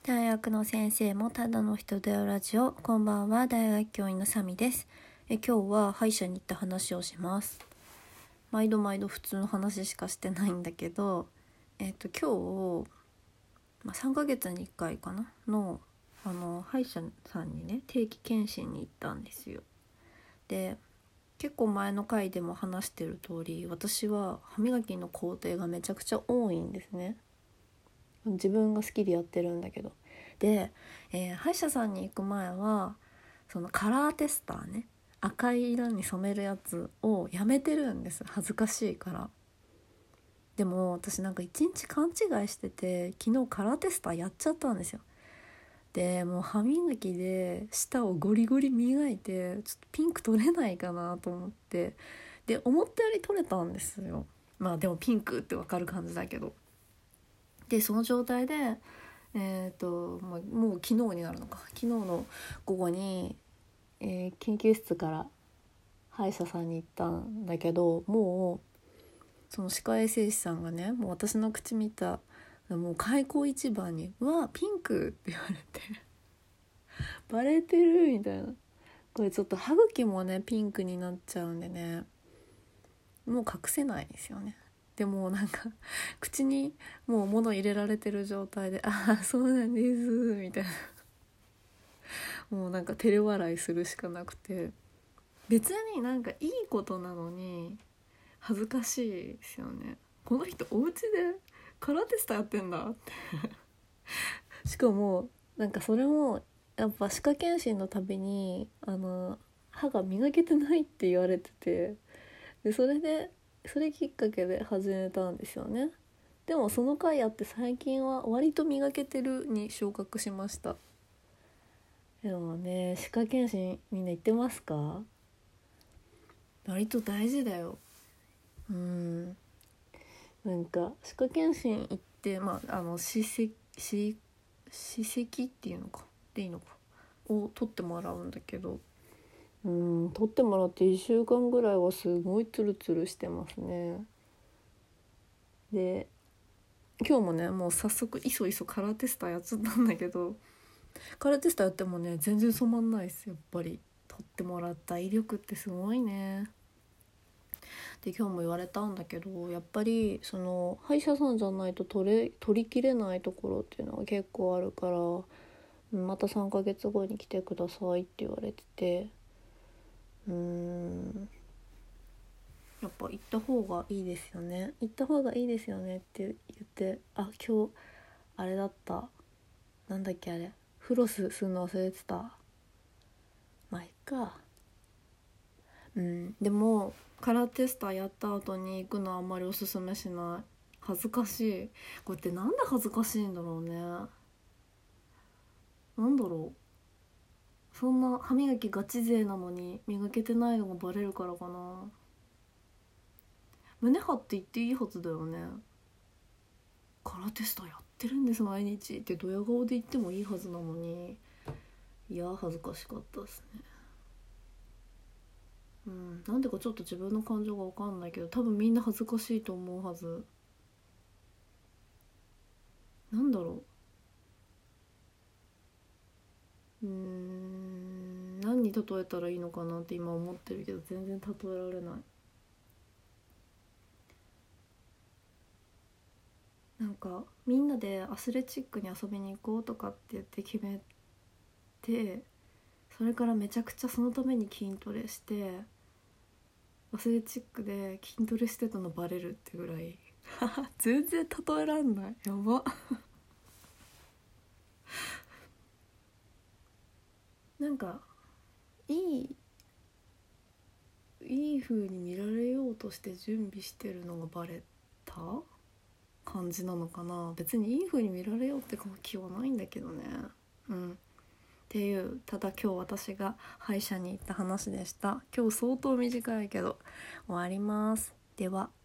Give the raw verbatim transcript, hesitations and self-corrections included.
大学の先生もただの人だよラジオ。こんばんは、大学教員のサミです。え今日は歯医者に行った話をします。毎度毎度普通の話しかしてないんだけど、えっと今日、まあ、さんかげつにいっかいかなのあの歯医者さんにね定期検診に行ったんですよ。で結構前の回でも話してる通り、私は歯磨きの工程がめちゃくちゃ多いんですね。自分が好きでやってるんだけど。で、えー、歯医者さんに行く前はそのカラーテスターね、赤い色に染めるやつをやめてるんです。恥ずかしいから。でも私なんか一日勘違いしてて、昨日カラーテスターやっちゃったんですよ。でもう歯磨きで舌をゴリゴリ磨いて、ちょっとピンク取れないかなと思って、で思ったより取れたんですよ。まあでもピンクってわかる感じだけど。でその状態でえーとまあ、もう昨日になるのか昨日の午後に、えー、研究室から歯医者さんに行ったんだけど、もうその歯科衛生士さんがね、もう私の口見たもう開口一番にうわピンクって言われてバレてるみたいな。これちょっと歯茎もねピンクになっちゃうんでね、もう隠せないですよね。でもなんか口にもう物入れられてる状態で、ああそうなんですみたいな、もうなんか照れ笑いするしかなくて、別になんかいいことなのに恥ずかしいですよね。この人お家でカラーテスターやってんだってしかもなんかそれもやっぱ歯科検診のたびにあの歯が磨けてないって言われてて、でそれでそれきっかけで始めたんですよね。でもその回あって最近は割と磨けてるに昇格しました。でもね、歯科検診みんな行ってますか？割と大事だよ。うん。なんか歯科検診行って、まああの歯石歯歯石っていうのかでいいのかを取ってもらうんだけど、うん取ってもらっていっしゅうかんぐらいはすごいツルツルしてますね。で今日もねもう早速いそいそカラーテスターやっちゃったんだけど、カラーテスターやってもね全然染まんないです。やっぱり取ってもらった威力ってすごいね。で今日も言われたんだけど、やっぱりその歯医者さんじゃないと取れ取りきれないところっていうのが結構あるから、またさんかげつごに来てくださいって言われてて、うーんやっぱ行った方がいいですよね行った方がいいですよねって言って、あ今日あれだった、なんだっけあれフロスするの忘れてた。まあいっか。うんでもカラーテスターやった後に行くのはあんまりおすすめしない。恥ずかしい。これってなんで恥ずかしいんだろうね。なんだろう、そんな歯磨きガチ勢なのに磨けてないのがバレるからかな。胸張って言っていいはずだよね。カラーテスターやってるんです毎日ってドヤ顔で言ってもいいはずなのに、いや恥ずかしかったですね。うん、なんでかちょっと自分の感情が分かんないけど、多分みんな恥ずかしいと思うはず。なんだろう、うーん何に例えたらいいのかなって今思ってるけど全然例えられない。なんかみんなでアスレチックに遊びに行こうとかって言って決めて、それからめちゃくちゃそのために筋トレしてアスレチックで筋トレしてたのバレるってぐらい全然例えらんない。やばなんかいいいい風に見られようとして準備してるのがバレた感じなのかな。別にいい風に見られようって気はないんだけどね。うんっていう、ただ今日私が歯医者に行った話でした。今日相当短いけど終わります。では。